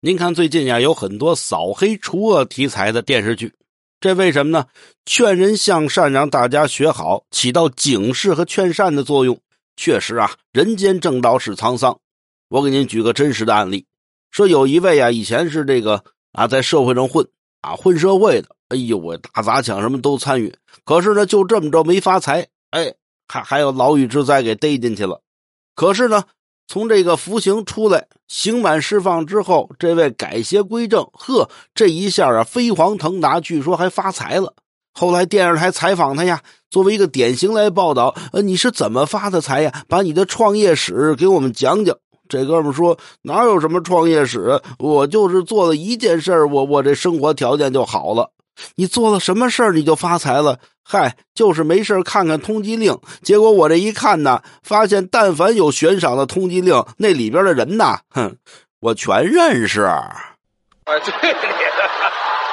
您看最近呀，有很多扫黑除恶题材的电视剧，这为什么呢？劝人向善，让大家学好，起到警示和劝善的作用。确实啊，人间正道是沧桑。我给您举个真实的案例，说有一位啊，以前是在社会上混社会的，哎呦我打砸抢什么都参与，可是呢就这么着没发财，还有牢狱之灾给逮进去了。可是呢从这个服刑出来，刑满释放之后，这位改邪归正，这一下啊飞黄腾达，据说还发财了。后来电视台采访他呀，作为一个典型来报道，你是怎么发的财呀？把你的创业史给我们讲讲。这哥们说，哪有什么创业史，我就是做了一件事，我这生活条件就好了。你做了什么事儿你就发财了？嗨，就是没事看看通缉令，结果我这一看呢，发现但凡有悬赏的通缉令，那里边的人呢，我全认识。 对你的。